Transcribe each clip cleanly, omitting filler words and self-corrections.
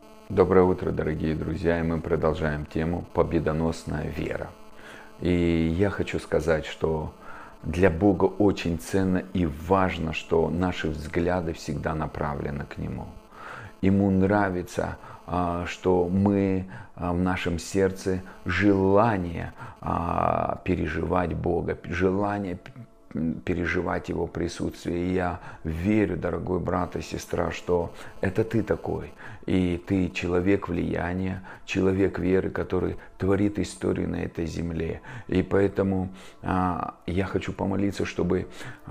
Доброе утро, дорогие друзья, и мы продолжаем тему «Победоносная вера». И я хочу сказать, что для Бога очень ценно и важно, что наши взгляды всегда направлены к Нему. Ему нравится, что мы в нашем сердце желание переживать Бога, желание переживать Его присутствие. И я верю, дорогой брат и сестра, что это ты такой. И ты человек влияния, человек веры, который творит историю на этой земле. И поэтому я хочу помолиться, чтобы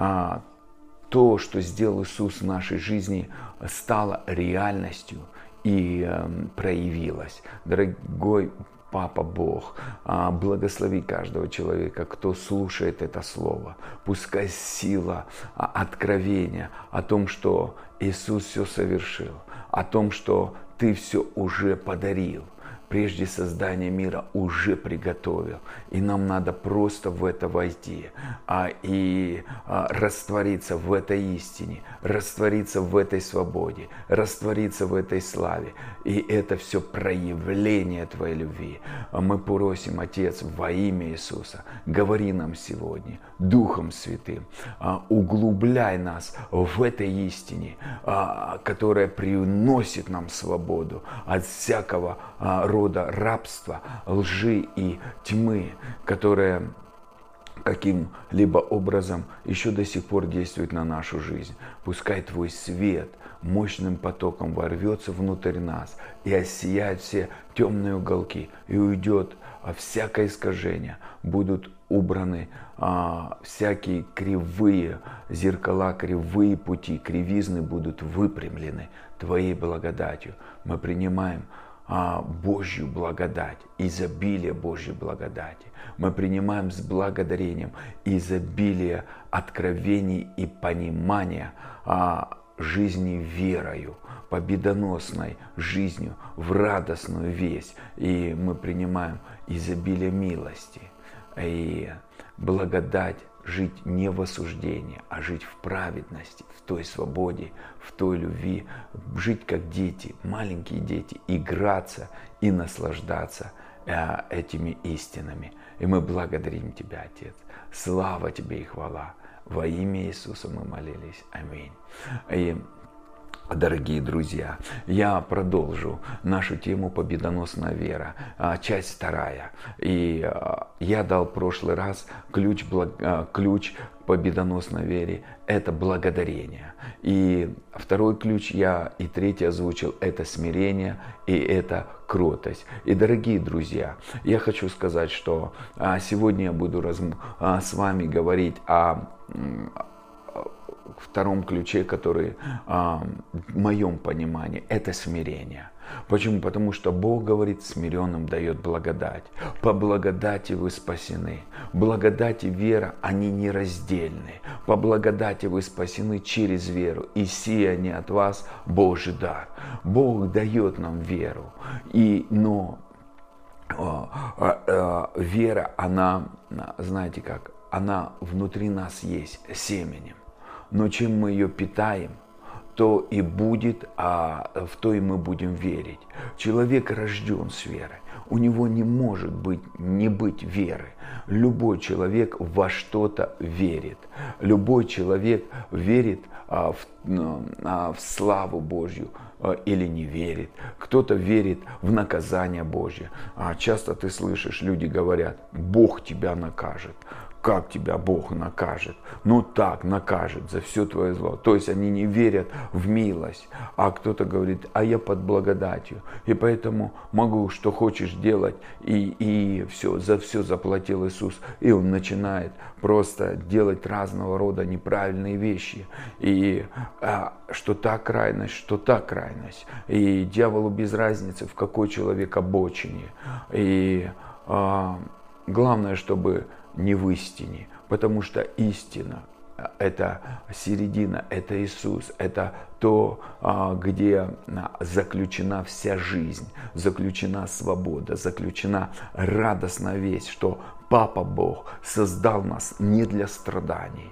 то, что сделал Иисус в нашей жизни, стало реальностью и проявилось. Дорогой Папа Бог, благослови каждого человека, кто слушает это слово. Пускай сила откровения о том, что Иисус все совершил, о том, что Ты все уже подарил, прежде создания мира уже приготовил. И нам надо просто в это войти и раствориться в этой истине, раствориться в этой свободе, раствориться в этой славе. И это все проявление Твоей любви. Мы просим, Отец, во имя Иисуса, говори нам сегодня Духом Святым, углубляй нас в этой истине, которая приносит нам свободу от всякого рода рабства, лжи и тьмы, которая каким-либо образом еще до сих пор действует на нашу жизнь. Пускай Твой свет мощным потоком ворвется внутрь нас и осияет все темные уголки, и уйдет всякое искажение, будут убраны всякие кривые зеркала, кривые пути, кривизны будут выпрямлены Твоей благодатью. Мы принимаем Божью благодать, изобилие Божьей благодати. Мы принимаем с благодарением изобилие откровений и понимания жизни верою, победоносной жизнью в радостную весть. И мы принимаем изобилие милости и благодать жить не в осуждении, а жить в праведности, в той свободе, в той любви, жить как дети, маленькие дети, играться и наслаждаться этими истинами. И мы благодарим Тебя, Отец. Слава Тебе и хвала. Во имя Иисуса мы молились. Аминь. И, дорогие друзья, я продолжу нашу тему «Победоносная вера», часть 2. И я дал в прошлый раз ключ к победоносной вере – это благодарение. И второй ключ и третий озвучил – это смирение и это кротость. И, дорогие друзья, я хочу сказать, что сегодня я буду с вами говорить о втором ключе, который в моем понимании, это смирение. Почему? Потому что Бог говорит, смиренным дает благодать. По благодати вы спасены. Благодать и вера, они нераздельны. По благодати вы спасены через веру. И сия не от вас Божий дар. Бог дает нам веру. Но вера, она, знаете как, она внутри нас есть семенем. Но чем мы ее питаем, то и будет, в то и мы будем верить. Человек рожден с верой. У него не может не быть веры. Любой человек во что-то верит. Любой человек верит в славу Божью или не верит. Кто-то верит в наказание Божье. Часто ты слышишь, люди говорят, Бог тебя накажет. Как тебя Бог накажет? Ну так, накажет за все твое зло. То есть они не верят в милость. А кто-то говорит, а я под благодатью. И поэтому могу, что хочешь делать. И все, за все заплатил Иисус. И он начинает просто делать разного рода неправильные вещи. И что та крайность, что та крайность. И дьяволу без разницы, в какой человек обочине. И главное, чтобы не в истине, потому что истина – это середина, это Иисус, это то, где заключена вся жизнь, заключена свобода, заключена радостная весть, что Папа Бог создал нас не для страданий.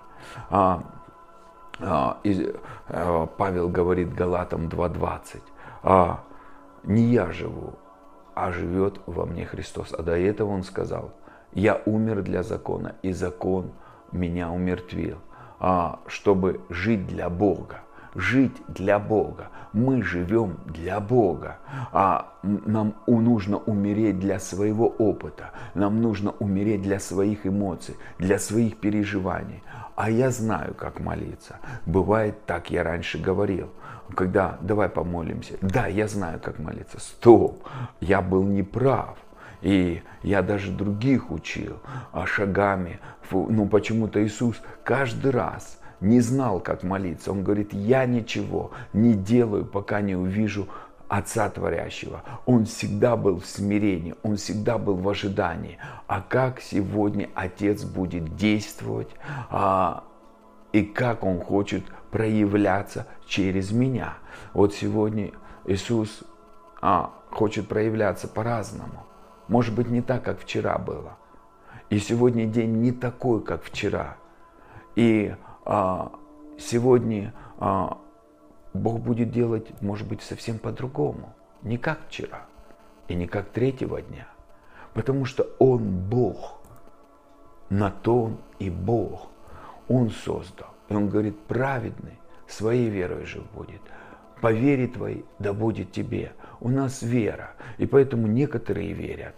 Павел говорит Галатам 2:20. не я живу, а живет во мне Христос. А до этого Он сказал: я умер для закона, и закон меня умертвил, чтобы жить для Бога. Жить для Бога. Мы живем для Бога. Нам нужно умереть для своего опыта. Нам нужно умереть для своих эмоций, для своих переживаний. А я знаю, как молиться. Бывает, так я раньше говорил. Когда давай помолимся. Да, я знаю, как молиться. Стоп, я был неправ. И я даже других учил шагами. Но почему-то Иисус каждый раз не знал, как молиться. Он говорит: я ничего не делаю, пока не увижу Отца Творящего. Он всегда был в смирении, он всегда был в ожидании. А как сегодня Отец будет действовать, и как Он хочет проявляться через меня. Вот сегодня Иисус хочет проявляться по-разному. Может быть, не так, как вчера было. И сегодня день не такой, как вчера. И сегодня Бог будет делать, может быть, совсем по-другому. Не как вчера и не как третьего дня. Потому что Он Бог. На то Он и Бог. Он создал. И Он говорит: праведный своей верой жив будет. По вере твоей да будет тебе. У нас вера. И поэтому некоторые верят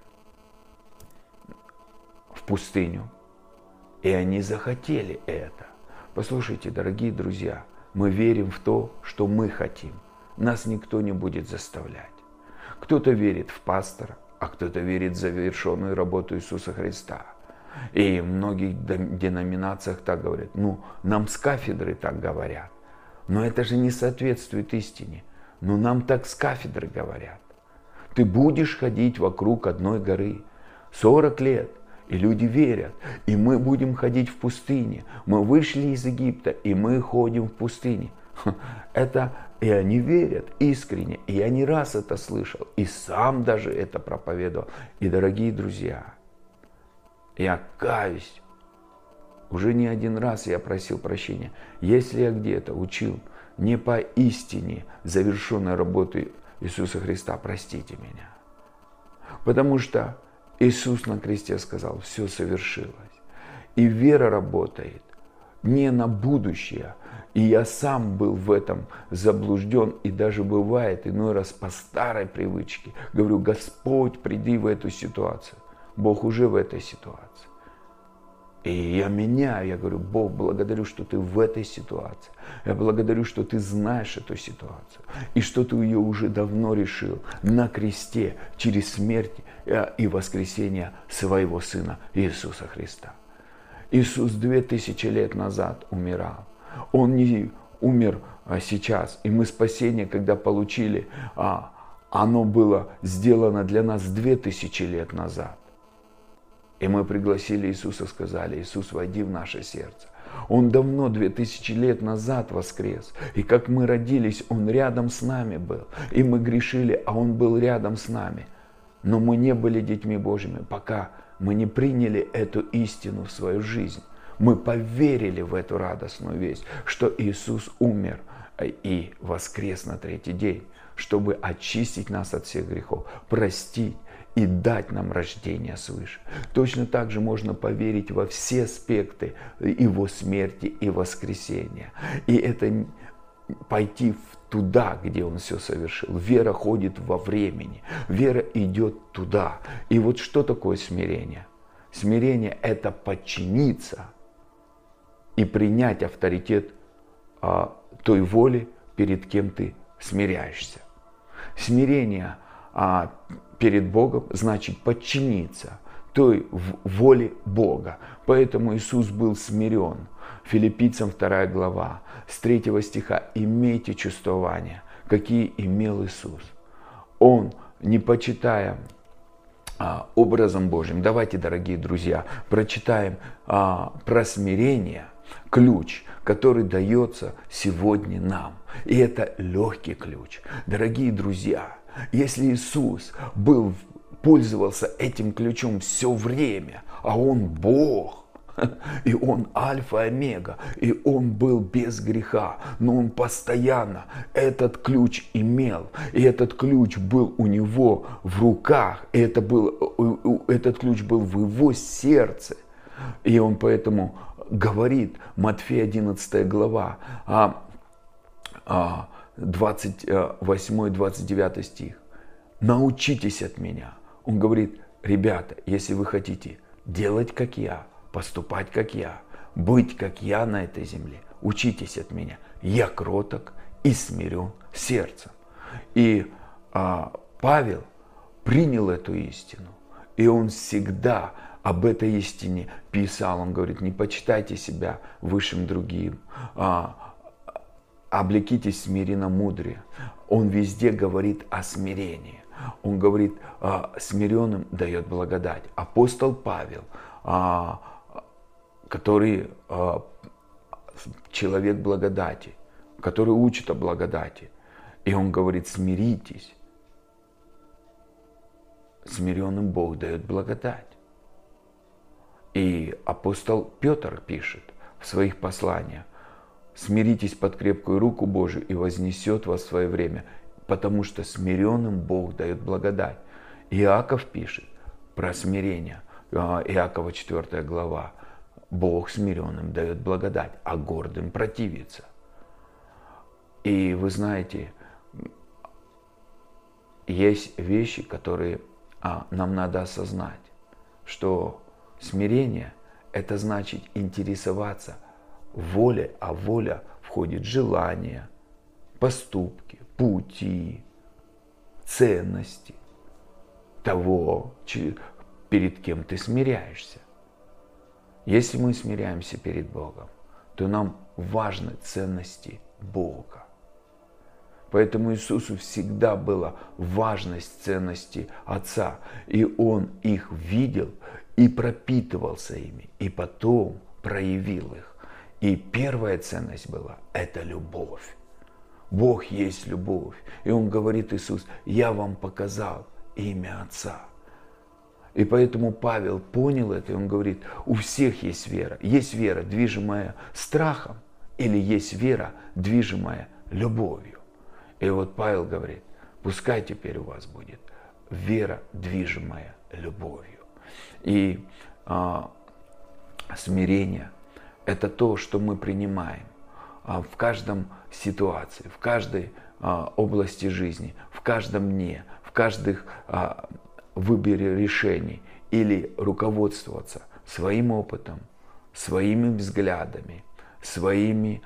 в пустыню. И они захотели это. Послушайте, дорогие друзья, мы верим в то, что мы хотим. Нас никто не будет заставлять. Кто-то верит в пастора, а кто-то верит в завершенную работу Иисуса Христа. И в многих деноминациях так говорят. Нам с кафедры так говорят. Но это же не соответствует истине. Но нам так с кафедры говорят. Ты будешь ходить вокруг одной горы 40 лет. И люди верят. И мы будем ходить в пустыне. Мы вышли из Египта, и мы ходим в пустыне. Это и они верят искренне. И я не раз это слышал. И сам даже это проповедовал. И, дорогие друзья, я каюсь. Уже не один раз я просил прощения. Если я где-то учил не по истине завершенной работы Иисуса Христа, простите меня. Потому что Иисус на кресте сказал: все совершилось. И вера работает не на будущее. И я сам был в этом заблужден. И даже бывает иной раз по старой привычке. Говорю: Господь, приди в эту ситуацию. Бог уже в этой ситуации. И я меняю, я говорю: Бог, благодарю, что ты в этой ситуации. Я благодарю, что ты знаешь эту ситуацию. И что ты ее уже давно решил на кресте через смерть и воскресение своего Сына Иисуса Христа. Иисус 2000 лет назад умирал. Он не умер сейчас. И мы спасение, когда получили, оно было сделано для нас 2000 лет назад. И мы пригласили Иисуса, сказали: Иисус, войди в наше сердце. Он давно, 2000 лет назад воскрес. И как мы родились, Он рядом с нами был. И мы грешили, а Он был рядом с нами. Но мы не были детьми Божьими, пока мы не приняли эту истину в свою жизнь. Мы поверили в эту радостную весть, что Иисус умер и воскрес на третий день, чтобы очистить нас от всех грехов, простить и дать нам рождение свыше. Точно так же можно поверить во все аспекты Его смерти и воскресения. И это пойти туда, где Он все совершил. Вера ходит во времени. Вера идет туда. И вот что такое смирение? Смирение – это подчиниться и принять авторитет той воли, перед кем ты смиряешься. Смирение перед Богом значит подчиниться той воле Бога. Поэтому Иисус был смирен. Филиппийцам 2 глава, с 3 стиха: «Имейте чувствования, какие имел Иисус». Он, не почитая образом Божьим. Давайте, дорогие друзья, прочитаем про смирение, ключ, который дается сегодня нам. И это легкий ключ. Дорогие друзья, если Иисус пользовался этим ключом все время, а Он Бог, И он альфа и омега, и он был без греха, но он постоянно этот ключ имел, и этот ключ был у него в руках, и этот ключ был в его сердце. И он поэтому говорит, Матфея 11 глава, 28-29 стих, научитесь от меня. Он говорит, ребята, если вы хотите делать как я, поступать как я, быть как я на этой земле, учитесь от меня. Я кроток и смирен сердцем. И Павел принял эту истину, и он всегда об этой истине писал. Он говорит, не почитайте себя высшим другим, облекитесь смиренно-мудрее. Он везде говорит о смирении. Он говорит, смиренным дает благодать. Апостол Павел, который человек благодати, который учит о благодати, и он говорит, смиритесь. Смиренным Бог дает благодать. И апостол Петр пишет в своих посланиях, смиритесь под крепкую руку Божию, и вознесет вас в свое время, потому что смиренным Бог дает благодать. Иаков пишет про смирение, Иакова 4 глава, Бог смиренным дает благодать, а гордым противится. И вы знаете, есть вещи, которые нам надо осознать, что смирение – это значит интересоваться волей, а воля входит желания, поступки, пути, ценности того, перед кем ты смиряешься. Если мы смиряемся перед Богом, то нам важны ценности Бога. Поэтому Иисусу всегда была важность ценностей Отца. И Он их видел и пропитывался ими, и потом проявил их. И первая ценность была – это любовь. Бог есть любовь. И Он говорит, Иисус, я вам показал имя Отца. И поэтому Павел понял это, и он говорит, у всех есть вера. Есть вера, движимая страхом, или есть вера, движимая любовью. И вот Павел говорит, пускай теперь у вас будет вера, движимая любовью. И смирение – это то, что мы принимаем в каждом ситуации, в каждой области жизни, в каждом дне, в каждых выборе решений, или руководствоваться своим опытом, своими взглядами, своими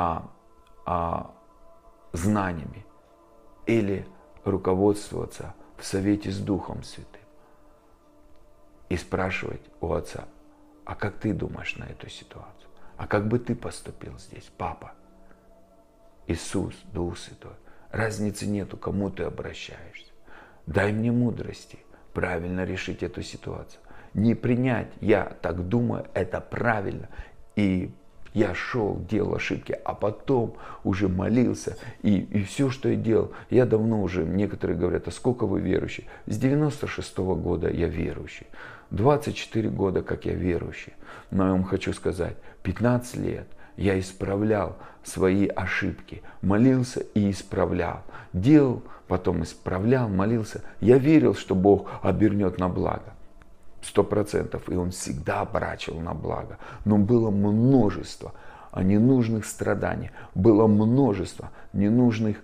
знаниями, или руководствоваться в совете с Духом Святым и спрашивать у Отца, а как ты думаешь на эту ситуацию? А как бы ты поступил здесь, Папа? Иисус, Дух Святой. Разницы нету, кому ты обращаешься. Дай мне мудрости правильно решить эту ситуацию. Не принять, я так думаю, это правильно. И я шел, делал ошибки, а потом уже молился. И все, что я делал, я давно уже, некоторые говорят, а сколько вы верующие? С 96-го года я верующий. 24 года, как я верующий. Но я вам хочу сказать, 15 лет я исправлял свои ошибки. Молился и исправлял. Делал, потом исправлял, молился. Я верил, что Бог обернет на благо. 100%. И Он всегда оборачивал на благо. Но было множество ненужных страданий. Было множество ненужных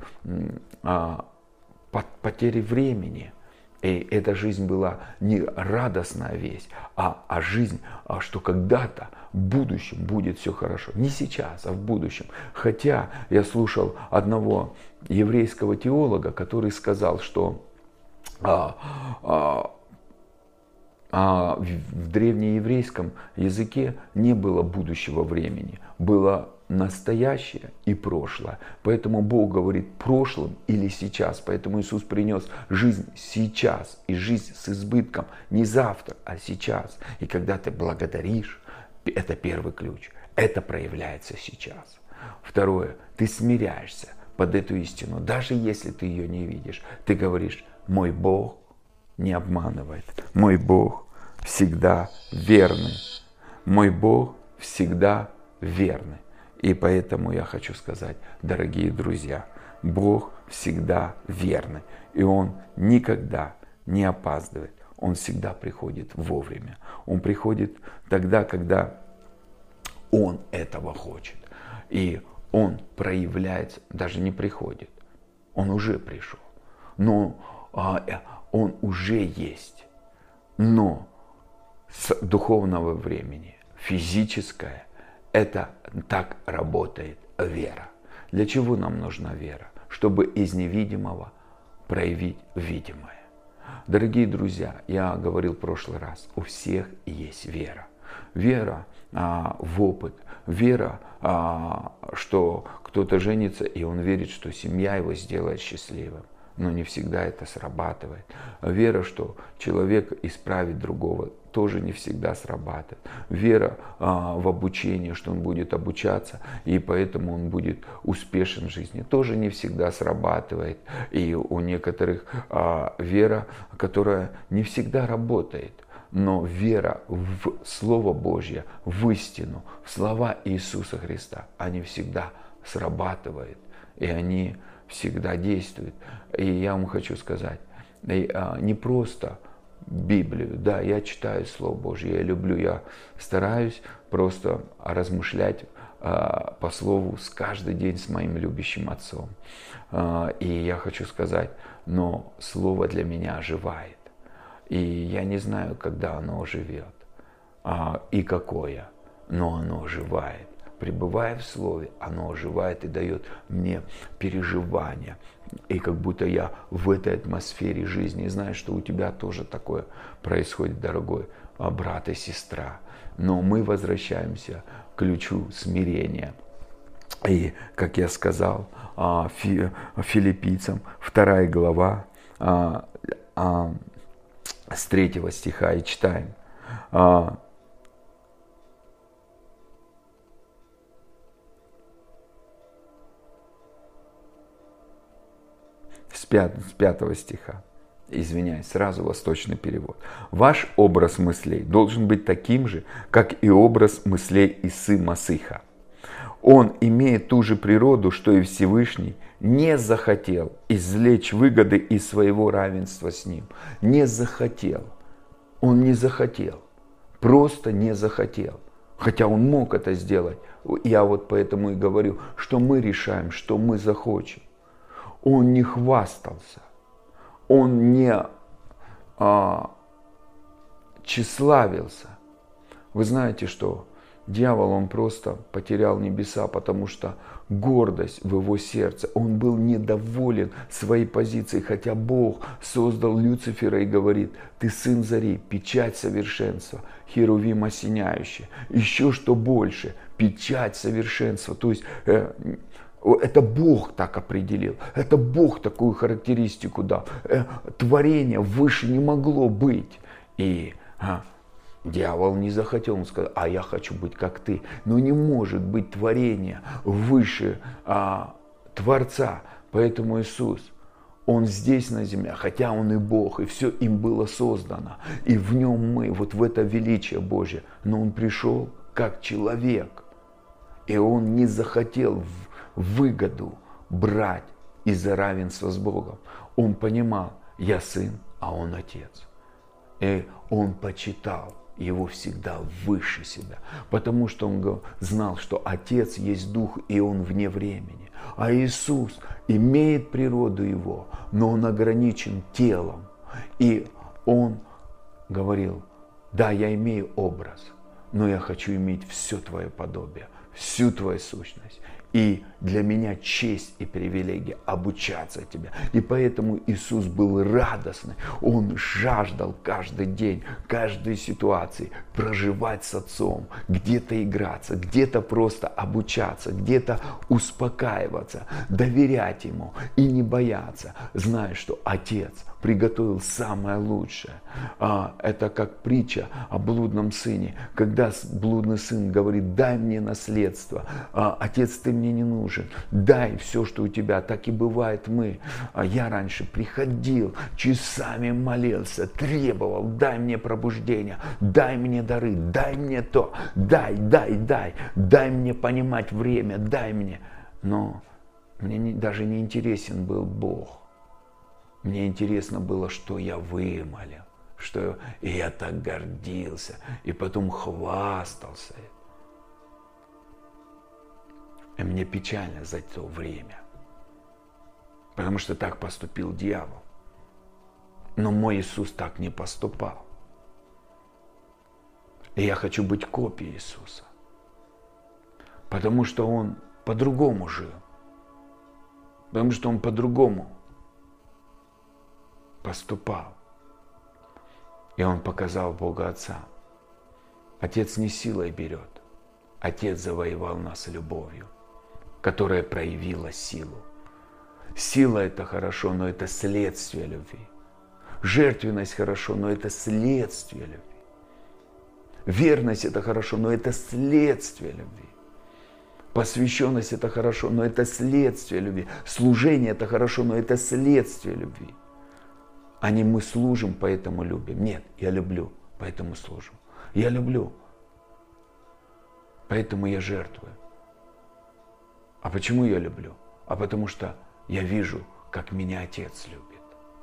потери времени. И эта жизнь была не радостная весть, а жизнь, что когда-то в будущем будет все хорошо. Не сейчас, а в будущем. Хотя я слушал одного еврейского теолога, который сказал, что в древнееврейском языке не было будущего времени. Было настоящее и прошлое. Поэтому Бог говорит прошлым или сейчас. Поэтому Иисус принес жизнь сейчас. И жизнь с избытком не завтра, а сейчас. И когда ты благодаришь, это первый ключ. Это проявляется сейчас. Второе, ты смиряешься под эту истину. Даже если ты ее не видишь. Ты говоришь, мой Бог не обманывает. Мой Бог всегда верный. Мой Бог всегда верный. И поэтому я хочу сказать, дорогие друзья, Бог всегда верный. И Он никогда не опаздывает. Он всегда приходит вовремя. Он приходит тогда, когда Он этого хочет. И Он проявляется, даже не приходит. Он уже пришел. Но Он уже есть. Но с духовного времени, физическое, это так работает вера. Для чего нам нужна вера? Чтобы из невидимого проявить видимое. Дорогие друзья, я говорил в прошлый раз, у всех есть вера. Вера в опыт, вера, что кто-то женится, и он верит, что семья его сделает счастливым. Но не всегда это срабатывает. Вера, что человек исправит другого, тоже не всегда срабатывает. Вера в обучение, что он будет обучаться, и поэтому он будет успешен в жизни, тоже не всегда срабатывает. И у некоторых вера, которая не всегда работает. Но вера в Слово Божье, в истину, в слова Иисуса Христа, они всегда срабатывают. И они всегда действует. И я вам хочу сказать, не просто Библию, да, я читаю Слово Божье, я люблю, я стараюсь просто размышлять по Слову с каждый день с моим любящим Отцом. И я хочу сказать, но Слово для меня оживает. И я не знаю, когда оно оживет и какое, но оно оживает. Пребывая в Слове, оно оживает и дает мне переживания. И как будто я в этой атмосфере жизни. И знаю, что у тебя тоже такое происходит, дорогой брат и сестра. Но мы возвращаемся к ключу смирения. И, как я сказал, Филиппийцам 2 глава с 3 стиха и читаем. С 5 стиха, извиняюсь, сразу восточный перевод. Ваш образ мыслей должен быть таким же, как и образ мыслей Исы Масиха. Он имеет ту же природу, что и Всевышний, не захотел извлечь выгоды из своего равенства с Ним. Не захотел. Он не захотел. Просто не захотел. Хотя Он мог это сделать. Я вот поэтому и говорю, что мы решаем, что мы захочем. Он не хвастался, он не тщеславился. Вы знаете, что дьявол, он просто потерял небеса, потому что гордость в его сердце. Он был недоволен своей позицией, хотя Бог создал Люцифера и говорит: ты сын зари, печать совершенства, херувим осеняющий. Еще что больше, печать совершенства. То есть это Бог так определил, это Бог такую характеристику дал. Творение выше не могло быть. И дьявол не захотел, он сказал: а я хочу быть как ты. Но не может быть творение выше Творца. Поэтому Иисус, Он здесь на земле, хотя Он и Бог, и все им было создано. И в Нем мы, вот в это величие Божье. Но Он пришел как человек. И Он не захотел выгоду брать из-за равенства с Богом. Он понимал: я сын, а Он отец. И Он почитал Его всегда выше себя. Потому что Он знал, что Отец есть Дух, и Он вне времени. А Иисус имеет природу Его, но Он ограничен телом. И Он говорил: да, я имею образ, но я хочу иметь все Твое подобие, всю Твою сущность. И для меня честь и привилегия обучаться Тебя. И поэтому Иисус был радостный. Он жаждал каждый день, каждой ситуации проживать с Отцом, где-то играться, где-то просто обучаться, где-то успокаиваться, доверять Ему и не бояться, зная, что Отец приготовил самое лучшее. Это как притча о блудном сыне, когда блудный сын говорит: дай мне наследство, отец, ты мне не нужен, дай все, что у тебя. Так и бывает мы. Я раньше приходил, часами молился, требовал: дай мне пробуждение, дай мне дары, дай мне то, дай мне понимать время, дай мне. Но мне даже не интересен был Бог. Мне интересно было, что я вымолил, и я так гордился, и потом хвастался. И мне печально за то время, потому что так поступил дьявол. Но мой Иисус так не поступал. И я хочу быть копией Иисуса, потому что Он по-другому жил, потому что Он по-другому поступал. И Он показал Бога Отца. Отец не силой берет. Отец завоевал нас любовью, которая проявила силу. Сила – это хорошо, но это следствие любви. Жертвенность хорошо, но это следствие любви. Верность – это хорошо, но это следствие любви. Посвященность – это хорошо, но это следствие любви. Служение – это хорошо, но это следствие любви. А не мы служим, поэтому любим. Нет, я люблю, поэтому служу. Я люблю, поэтому я жертвую. А почему я люблю? А потому что я вижу, как меня Отец любит.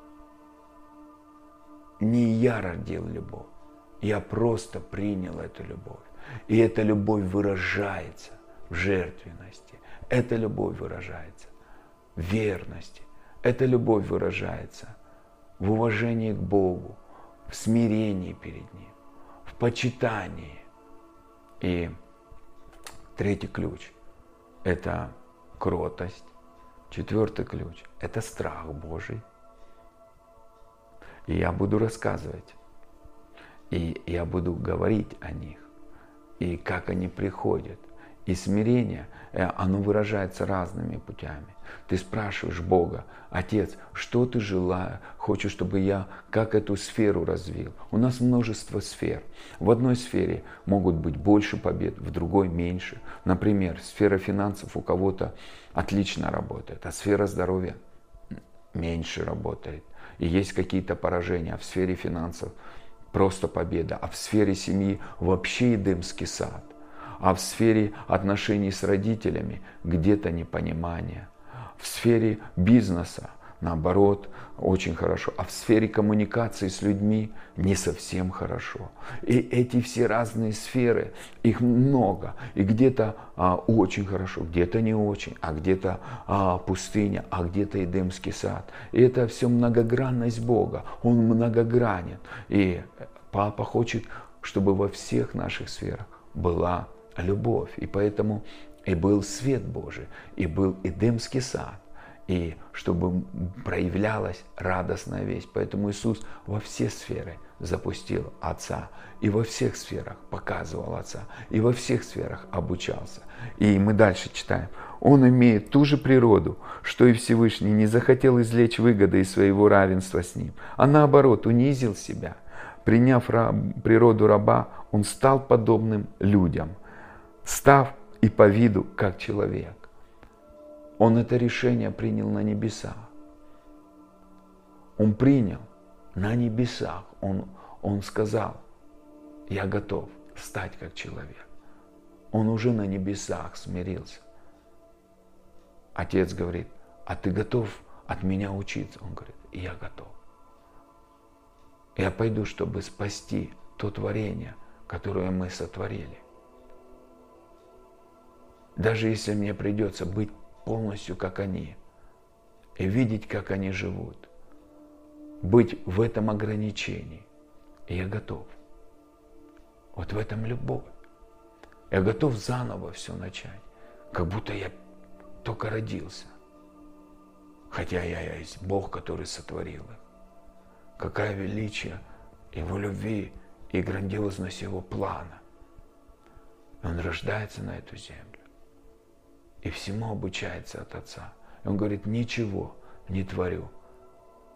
Не я родил любовь, я просто принял эту любовь. И эта любовь выражается в жертвенности. Эта любовь выражается в верности. Эта любовь выражается в уважении к Богу, в смирении перед Ним, в почитании. И третий ключ – это кротость. Четвертый ключ – это страх Божий. И я буду рассказывать, и я буду говорить о них, и как они приходят. И смирение, оно выражается разными путями. Ты спрашиваешь Бога: Отец, что ты желаешь? Хочешь, чтобы я как эту сферу развил? У нас множество сфер. В одной сфере могут быть больше побед, в другой меньше. Например, сфера финансов у кого-то отлично работает, а сфера здоровья меньше работает. И есть какие-то поражения. А в сфере финансов просто победа, а в сфере семьи вообще эдемский сад. А в сфере отношений с родителями где-то непонимание. В сфере бизнеса, наоборот, очень хорошо. А в сфере коммуникации с людьми не совсем хорошо. И эти все разные сферы, их много. И где-то очень хорошо, где-то не очень, а где-то пустыня, а где-то эдемский сад. И это все многогранность Бога. Он многогранен. И Папа хочет, чтобы во всех наших сферах была любовь. И поэтому и был свет Божий, и был эдемский сад, и чтобы проявлялась радостная весть. Поэтому Иисус во все сферы запустил Отца, и во всех сферах показывал Отца, и во всех сферах обучался. И мы дальше читаем. Он имеет ту же природу, что и Всевышний, не захотел извлечь выгоды из своего равенства с Ним, а наоборот унизил себя. Приняв природу раба, Он стал подобным людям, став и по виду как человек. Он это решение принял на небесах. Он принял на небесах. Он сказал: я готов стать как человек. Он уже на небесах смирился. Отец говорит: а ты готов от меня учиться? Он говорит: я готов. Я пойду, чтобы спасти то творение, которое мы сотворили. Даже если мне придется быть полностью как они, и видеть, как они живут, быть в этом ограничении, я готов. Вот в этом любовь. Я готов заново все начать, как будто я только родился. Хотя я есть Бог, который сотворил их. Какое величие Его любви и грандиозность Его плана. Он рождается на эту землю и всему обучается от Отца. И Он говорит: ничего не творю,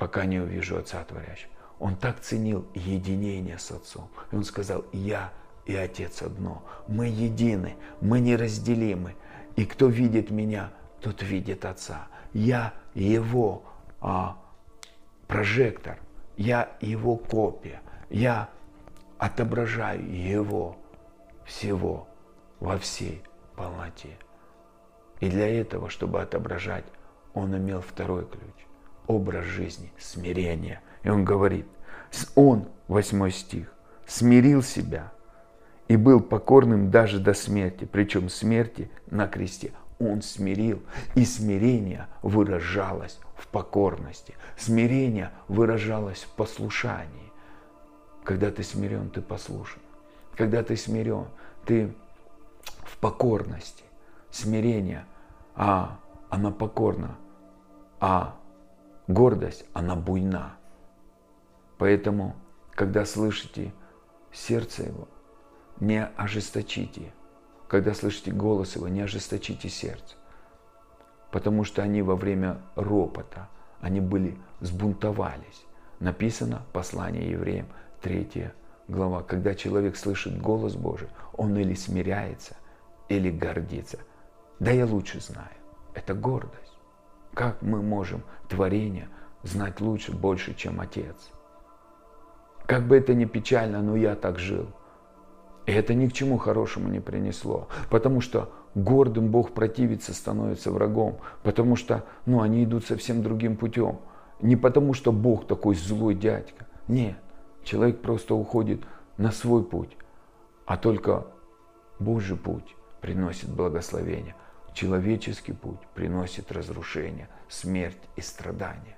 пока не увижу Отца Творящего. Он так ценил единение с Отцом. И он сказал: я и Отец одно. Мы едины, мы неразделимы. И кто видит меня, тот видит Отца. Я его прожектор, я его копия. Я отображаю его всего во всей полноте. И для этого, чтобы отображать, он имел второй ключ. Образ жизни, смирение. И он говорит, он, 8 стих, смирил себя и был покорным даже до смерти, причем смерти на кресте. Он смирил, и смирение выражалось в покорности. Смирение выражалось в послушании. Когда ты смирен, ты послушен. Когда ты смирен, ты в покорности. Смирение, она покорна, а гордость, она буйна. Поэтому, когда слышите сердце его, не ожесточите. Когда слышите голос его, не ожесточите сердце. Потому что они во время ропота, они сбунтовались. Написано, послание евреям, 3 глава. Когда человек слышит голос Божий, он или смиряется, или гордится. Да я лучше знаю. Это гордость. Как мы можем творение знать лучше, больше, чем Отец? Как бы это ни печально, но я так жил. И это ни к чему хорошему не принесло. Потому что гордым Бог противится, становится врагом. Потому что они идут совсем другим путем. Не потому что Бог такой злой дядька. Нет. Человек просто уходит на свой путь. А только Божий путь приносит благословение. Человеческий путь приносит разрушение, смерть и страдания.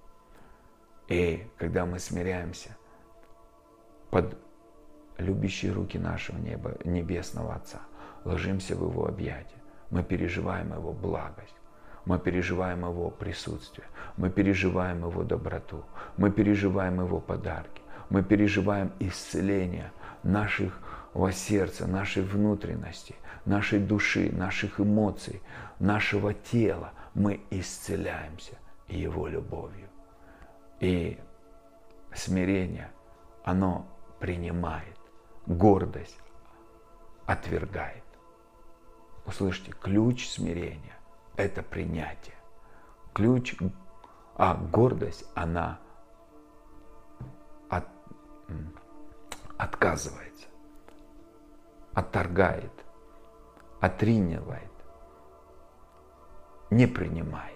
И когда мы смиряемся под любящие руки нашего Небесного Отца, ложимся в Его объятия, мы переживаем Его благость, мы переживаем Его присутствие, мы переживаем Его доброту, мы переживаем Его подарки, мы переживаем исцеление нашего сердца, нашей внутренности, нашей души, наших эмоций, нашего тела. Мы исцеляемся Его любовью. И смирение, оно принимает, гордость отвергает. Услышьте, ключ смирения – это принятие. Гордость, она отказывается, отторгает, отринивает, не принимает.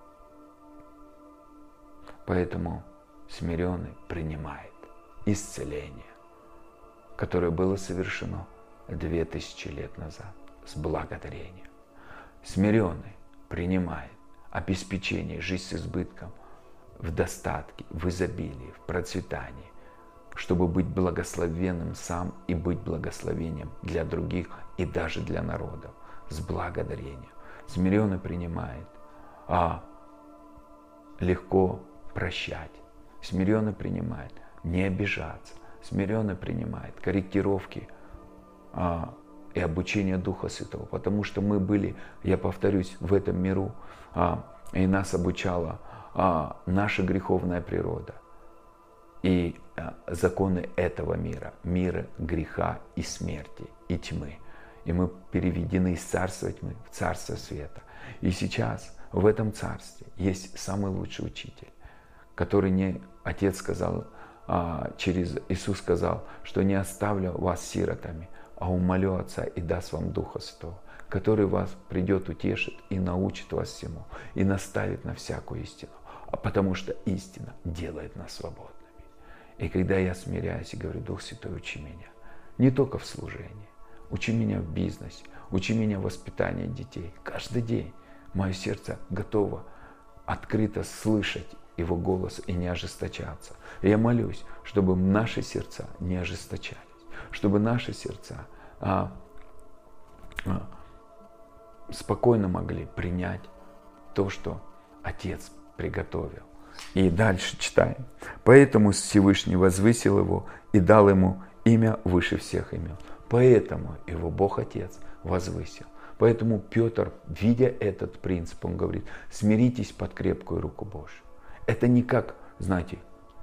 Поэтому смиренный принимает исцеление, которое было совершено 2000 лет назад с благодарением. Смиренный принимает обеспечение, жизнь с избытком, в достатке, в изобилии, в процветании, чтобы быть благословенным сам и быть благословением для других и даже для народов, с благодарением. Смиренно принимает, легко прощать, смиренно принимает, не обижаться, смиренно принимает корректировки и обучение Духа Святого, потому что мы были, я повторюсь, в этом миру, и нас обучала наша греховная природа и законы этого мира, мира греха и смерти, и тьмы. И мы переведены из царства тьмы в царство света. И сейчас в этом царстве есть самый лучший учитель, который не Отец сказал, Иисус сказал, что не оставлю вас сиротами, а умолю Отца и даст вам Духа Святого, который вас придет, утешит и научит вас всему, и наставит на всякую истину, потому что истина делает нас свободными. И когда я смиряюсь и говорю: Дух Святой, учи меня, не только в служении, учи меня в бизнесе, учи меня в воспитании детей. Каждый день мое сердце готово открыто слышать Его голос и не ожесточаться. И я молюсь, чтобы наши сердца не ожесточались, чтобы наши сердца спокойно могли принять то, что Отец приготовил. И дальше читаем. Поэтому Всевышний возвысил его и дал ему имя выше всех имен. Поэтому его Бог Отец возвысил. Поэтому Петр, видя этот принцип, он говорит: смиритесь под крепкую руку Божию. Это не как знаете,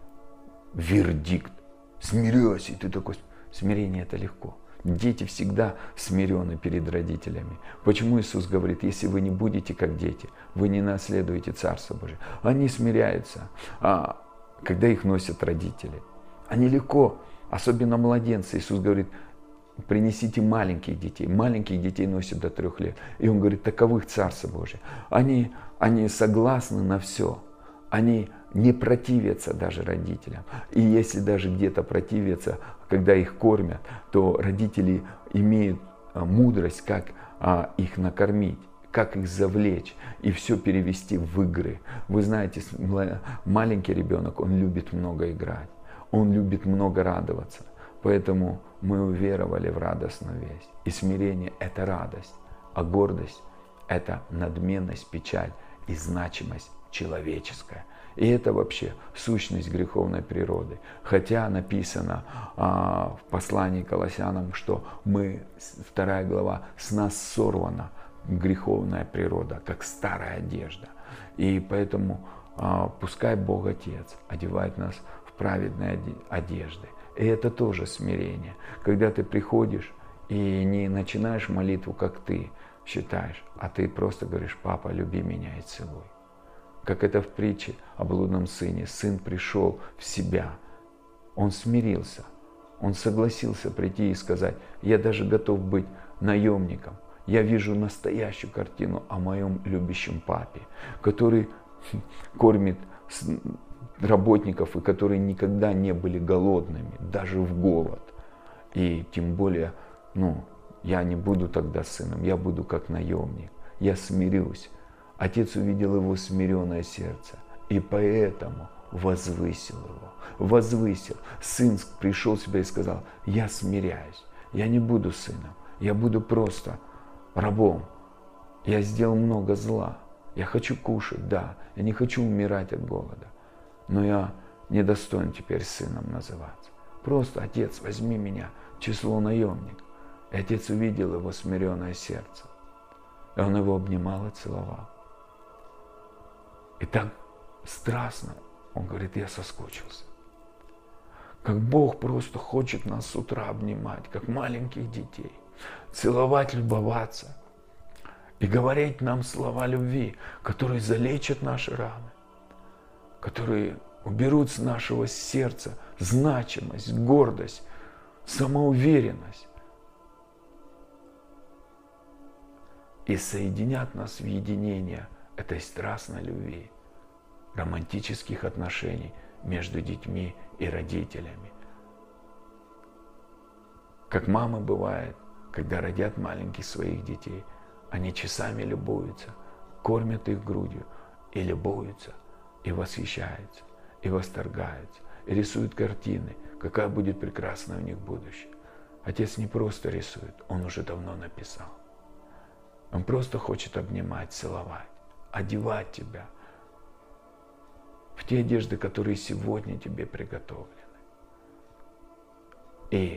вердикт. Смиряйся, и ты такой, смирение это легко. Дети всегда смирены перед родителями. Почему Иисус говорит, если вы не будете как дети, вы не наследуете Царство Божие. Они смиряются, когда их носят родители. Они легко, особенно младенцы. Иисус говорит, принесите маленьких детей. Маленьких детей носят до 3 лет. И Он говорит, таковых Царство Божие. Они согласны на все. Они не противятся даже родителям. И если даже где-то противятся, когда их кормят, то родители имеют мудрость, как их накормить, как их завлечь и все перевести в игры. Вы знаете, маленький ребенок, он любит много играть, он любит много радоваться. Поэтому мы уверовали в радостную весть. И смирение – это радость, а гордость – это надменность, печаль и значимость человеческая. И это вообще сущность греховной природы. Хотя написано в послании к Колоссянам, что мы, 2 глава, с нас сорвана греховная природа, как старая одежда. И поэтому пускай Бог Отец одевает нас в праведные одежды. И это тоже смирение. Когда ты приходишь и не начинаешь молитву, как ты считаешь, а ты просто говоришь: «Папа, люби меня и целуй». Как это в притче о блудном сыне. Сын пришел в себя, он смирился, он согласился прийти и сказать: «Я даже готов быть наемником. Я вижу настоящую картину о моем любящем папе, который кормит работников и которые никогда не были голодными, даже в голод. И тем более, я не буду тогда сыном, я буду как наемник, я смирюсь». Отец увидел его смиренное сердце и поэтому возвысил его. Возвысил. Сын пришел в себя и сказал: «Я смиряюсь, я не буду сыном, я буду просто рабом. Я сделал много зла, я хочу кушать, да, я не хочу умирать от голода, но я не достоин теперь сыном называться. Просто, Отец, возьми меня в число наемников». И Отец увидел его смиренное сердце, и он его обнимал и целовал. И так страстно, он говорит: «Я соскучился». Как Бог просто хочет нас с утра обнимать, как маленьких детей, целовать, любоваться и говорить нам слова любви, которые залечат наши раны, которые уберут с нашего сердца значимость, гордость, самоуверенность и соединят нас в единение этой страстной любви, романтических отношений между детьми и родителями. Как мамы бывает, когда родят маленьких своих детей, они часами любуются, кормят их грудью и любуются, и восхищаются, и восторгаются, и рисуют картины, какая будет прекрасная у них будущее. Отец не просто рисует, он уже давно написал. Он просто хочет обнимать, целовать, одевать тебя в те одежды, которые сегодня тебе приготовлены. И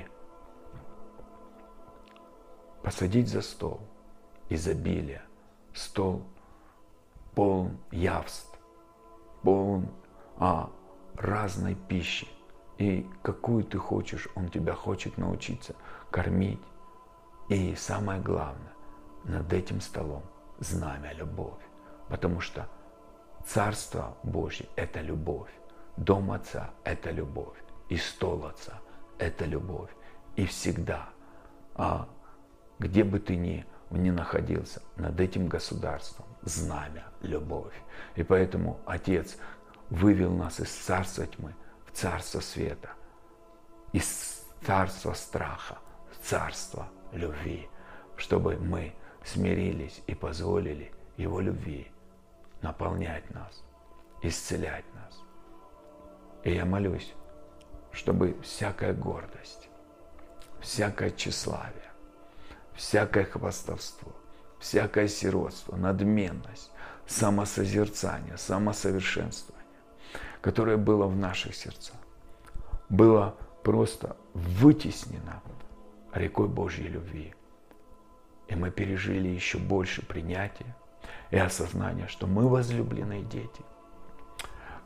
посадить за стол изобилия, стол полон явств, полон разной пищи. И какую ты хочешь, он тебя хочет научиться кормить. И самое главное, над этим столом знамя любовь. Потому что Царство Божье – это любовь. Дом Отца – это любовь. И стол Отца – это любовь. И всегда, где бы ты ни находился, над этим государством знамя любовь. И поэтому Отец вывел нас из царства тьмы в царство света, из царства страха в царство любви, чтобы мы смирились и позволили Его любви наполнять нас, исцелять нас. И я молюсь, чтобы всякая гордость, всякое тщеславие, всякое хвастовство, всякое сиротство, надменность, самосозерцание, самосовершенствование, которое было в наших сердцах, было просто вытеснено рекой Божьей любви. И мы пережили еще больше принятия и осознания, что мы возлюбленные дети,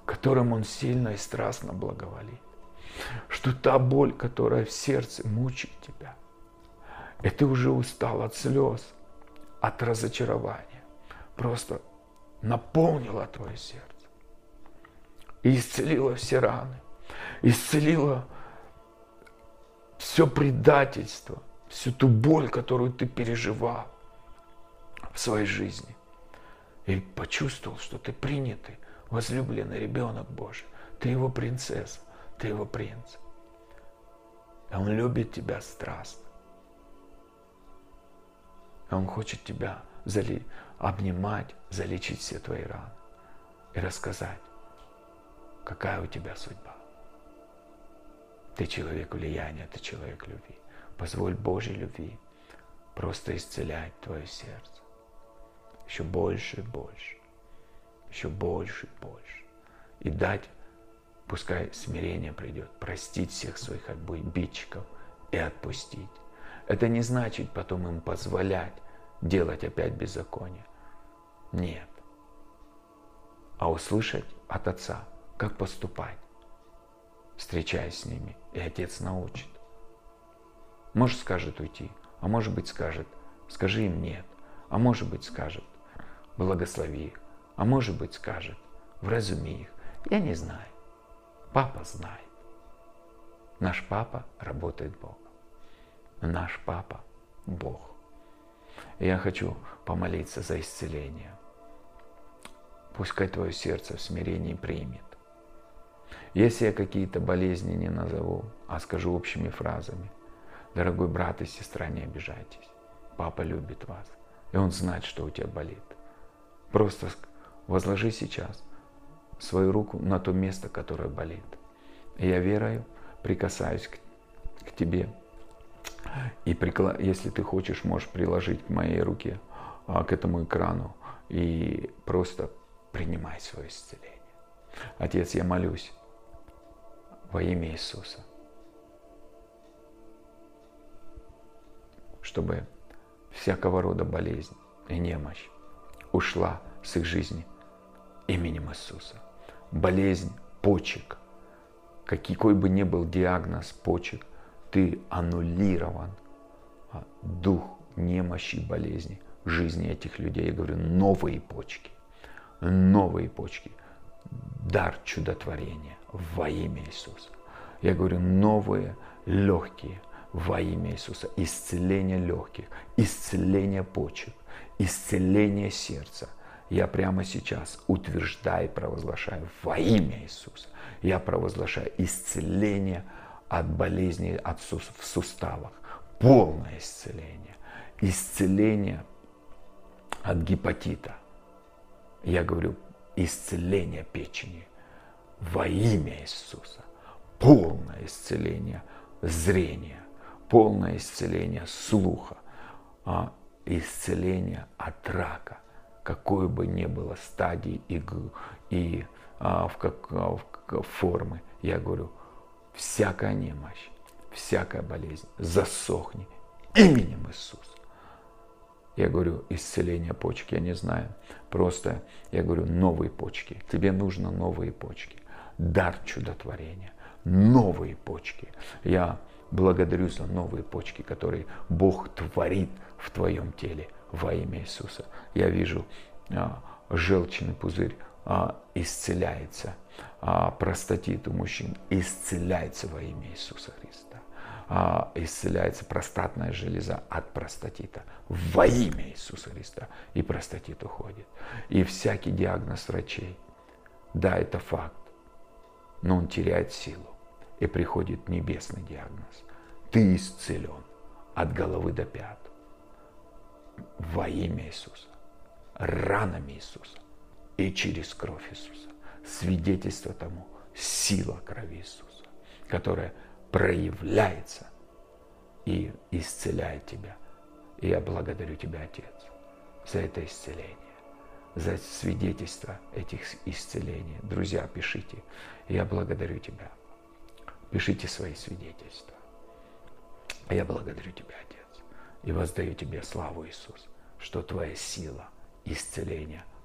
которым Он сильно и страстно благоволит. Что та боль, которая в сердце мучает тебя, и ты уже устал от слез, от разочарования, просто наполнила твое сердце и исцелила все раны, исцелила все предательство, всю ту боль, которую ты переживал в своей жизни. И почувствовал, что ты принятый, возлюбленный ребенок Божий. Ты его принцесса, ты его принц. И Он любит тебя страстно. И Он хочет тебя обнимать, залечить все твои раны и рассказать, какая у тебя судьба. Ты человек влияния, ты человек любви. Позволь Божьей любви просто исцелять твое сердце. Еще больше и больше. Еще больше и больше. И дать, пускай смирение придет, простить всех своих обидчиков и отпустить. Это не значит потом им позволять делать опять беззаконие. Нет. А услышать от Отца, как поступать, встречаясь с ними, и Отец научит. Может, скажет уйти, а может быть, скажет, скажи им нет, а может быть, скажет, благослови их, а может быть, скажет, вразуми их. Я не знаю. Папа знает. Наш папа работает Богом. Наш папа Бог. И я хочу помолиться за исцеление. Пускай твое сердце в смирении примет. Если я какие-то болезни не назову, а скажу общими фразами, дорогой брат и сестра, не обижайтесь. Папа любит вас, и Он знает, что у тебя болит. Просто возложи сейчас свою руку на то место, которое болит. И я верою прикасаюсь к тебе. И если ты хочешь, можешь приложить к моей руке, к этому экрану, и просто принимай свое исцеление. Отец, я молюсь во имя Иисуса, чтобы всякого рода болезнь и немощь ушла с их жизни именем Иисуса. Болезнь почек, какой бы ни был диагноз почек, ты аннулирован. Дух немощи и болезни в жизни этих людей. Я говорю, новые почки, дар чудотворения во имя Иисуса. Я говорю, новые легкие во имя Иисуса. Исцеление легких, исцеление почек, исцеление сердца. Я прямо сейчас утверждаю и провозглашаю во имя Иисуса. Я провозглашаю исцеление от болезней в суставах. Полное исцеление. Исцеление от гепатита. Я говорю, исцеление печени во имя Иисуса. Полное исцеление зрения. Полное исцеление слуха. Исцеление от рака. Какой бы ни было стадии и формы. Я говорю, всякая немощь, всякая болезнь засохни именем Иисуса. Я говорю, исцеление почек, я не знаю. Просто я говорю, новые почки. Тебе нужно новые почки. Дар чудотворения. Новые почки. Я благодарю за новые почки, которые Бог творит в твоем теле во имя Иисуса. Я вижу, желчный пузырь исцеляется. Простатит у мужчин исцеляется во имя Иисуса Христа. Исцеляется простатная железа от простатита во имя Иисуса Христа. И простатит уходит. И всякий диагноз врачей, да, это факт, но он теряет силу. И приходит небесный диагноз. Ты исцелен от головы до пят во имя Иисуса, ранами Иисуса и через кровь Иисуса. Свидетельство тому сила крови Иисуса, которая проявляется и исцеляет тебя. И я благодарю тебя, Отец, за это исцеление, за свидетельство этих исцелений. Друзья, пишите. Я благодарю тебя. Пишите свои свидетельства. Я благодарю тебя, Отец, и воздаю тебе славу, Иисус, что твоя сила исцеления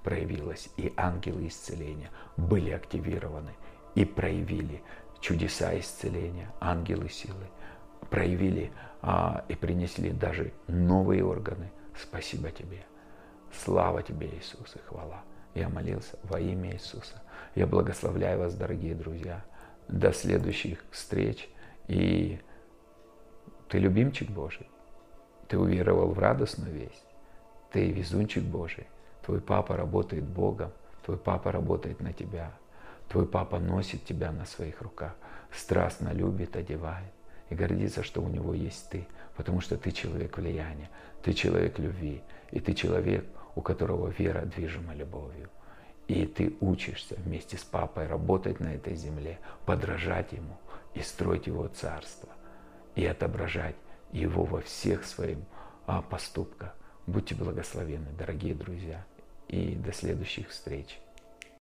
проявилось, и ангелы исцеления были активированы и проявили чудеса исцеления, ангелы силы, проявили и принесли даже новые органы. Спасибо Тебе. Слава Тебе, Иисус, и хвала. Я молился во имя Иисуса. Я благословляю вас, дорогие друзья. До следующих встреч. И ты любимчик Божий. Ты уверовал в радостную весть. Ты везунчик Божий. Твой папа работает Богом. Твой папа работает на тебя. Твой папа носит тебя на своих руках. Страстно любит, одевает. И гордится, что у него есть ты. Потому что ты человек влияния. Ты человек любви. И ты человек, у которого вера движима любовью. И ты учишься вместе с папой работать на этой земле, подражать ему и строить его царство. И отображать его во всех своих поступках. Будьте благословенны, дорогие друзья. И до следующих встреч.